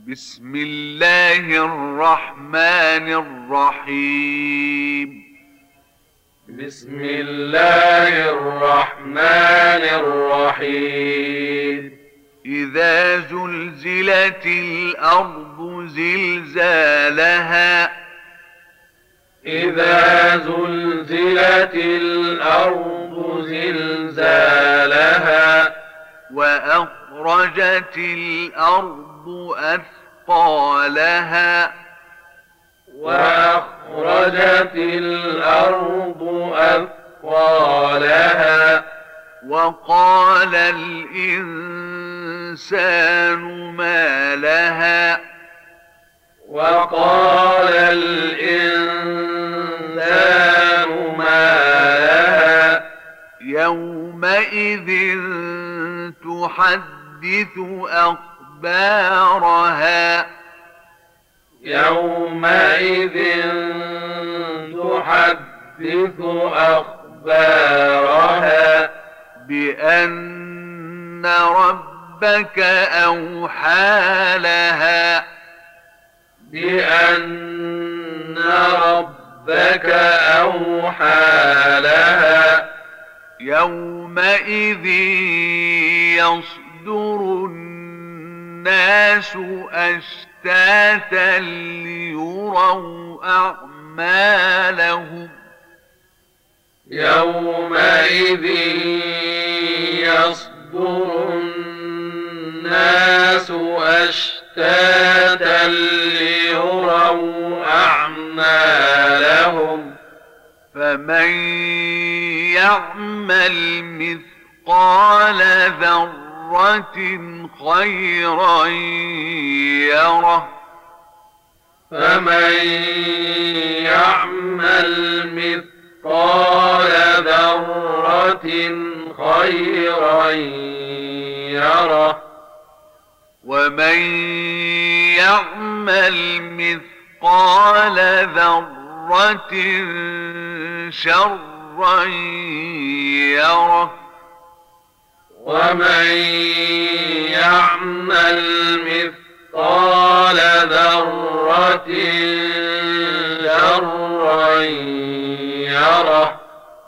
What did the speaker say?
بسم الله الرحمن الرحيم. بسم الله الرحمن الرحيم. إذا زلزلت الأرض زلزالها إذا زلزلت الأرض زلزالها وأخرجت الأرض أثقالها وأخرجت الأرض أثقالها وقال الإنسان ما لها وقال الإنسان ما لها يومئذ تحدث أخبارها يومئذ تحدث أخبارها بأن ربك أوحى لها بأن ربك أوحى لها يومئذ يصدر الناس أشتاتا ليروا أعمالهم يومئذ يصدر الناس أشتاتا ليروا أعمالهم فمن يعمل مثقال ذرة خيرا يره فمن يعمل مثقال ذرة خيرا يره ومن يعمل مثقال ذرة شرا يره ومن يعمل مثقال ذرة شرا